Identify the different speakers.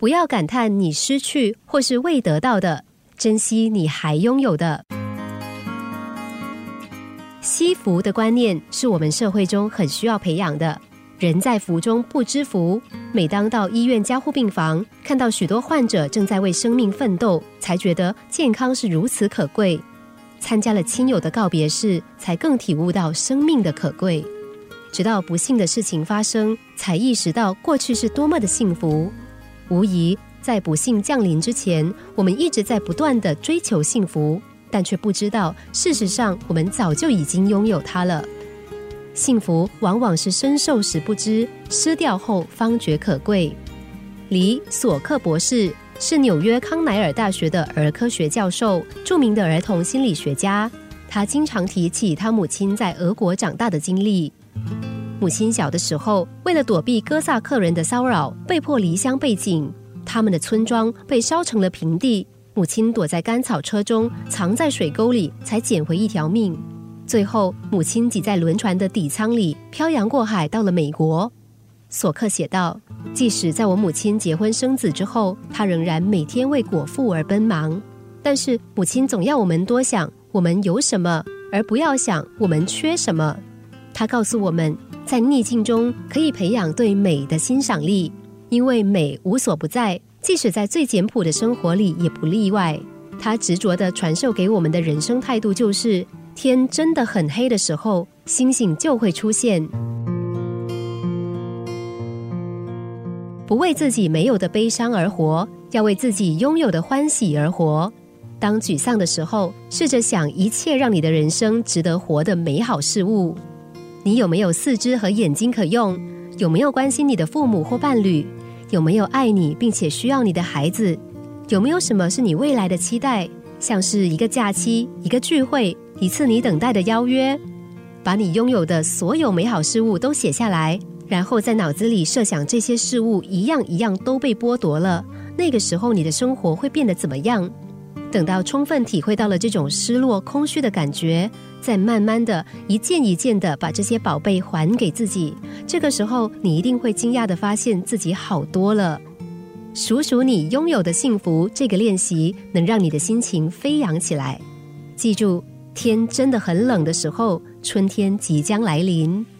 Speaker 1: 不要感叹你失去或是未得到的，珍惜你还拥有的。惜福的观念是我们社会中很需要培养的。人在福中不知福，每当到医院加护病房，看到许多患者正在为生命奋斗，才觉得健康是如此可贵。参加了亲友的告别式，才更体悟到生命的可贵。直到不幸的事情发生，才意识到过去是多么的幸福。无疑，在不幸降临之前，我们一直在不断地追求幸福，但却不知道，事实上我们早就已经拥有它了。幸福往往是身受时不知，失掉后方觉可贵。李索克博士是纽约康奈尔大学的儿科学教授，著名的儿童心理学家。他经常提起他母亲在俄国长大的经历。母亲小的时候，为了躲避哥萨克人的骚扰，被迫离乡背井。他们的村庄被烧成了平地，母亲躲在干草车中，藏在水沟里，才捡回一条命。最后，母亲挤在轮船的底舱里，漂洋过海到了美国。索克写道，即使在我母亲结婚生子之后，她仍然每天为果腹而奔忙。但是母亲总要我们多想我们有什么，而不要想我们缺什么。她告诉我们，在逆境中可以培养对美的欣赏力，因为美无所不在，即使在最简朴的生活里也不例外。她执着地传授给我们的人生态度就是，天真的很黑的时候，星星就会出现。不为自己没有的悲伤而活，要为自己拥有的欢喜而活。当沮丧的时候，试着想一切让你的人生值得活的美好事物。你有没有四肢和眼睛可用？有没有关心你的父母或伴侣？有没有爱你并且需要你的孩子？有没有什么是你未来的期待？像是一个假期、一个聚会、一次你等待的邀约。把你拥有的所有美好事物都写下来，然后在脑子里设想这些事物一样一样都被剥夺了，那个时候你的生活会变得怎么样？等到充分体会到了这种失落空虚的感觉，再慢慢的一件一件的把这些宝贝还给自己，这个时候你一定会惊讶的发现自己好多了。数数你拥有的幸福，这个练习能让你的心情飞扬起来。记住，天真的很冷的时候，春天即将来临。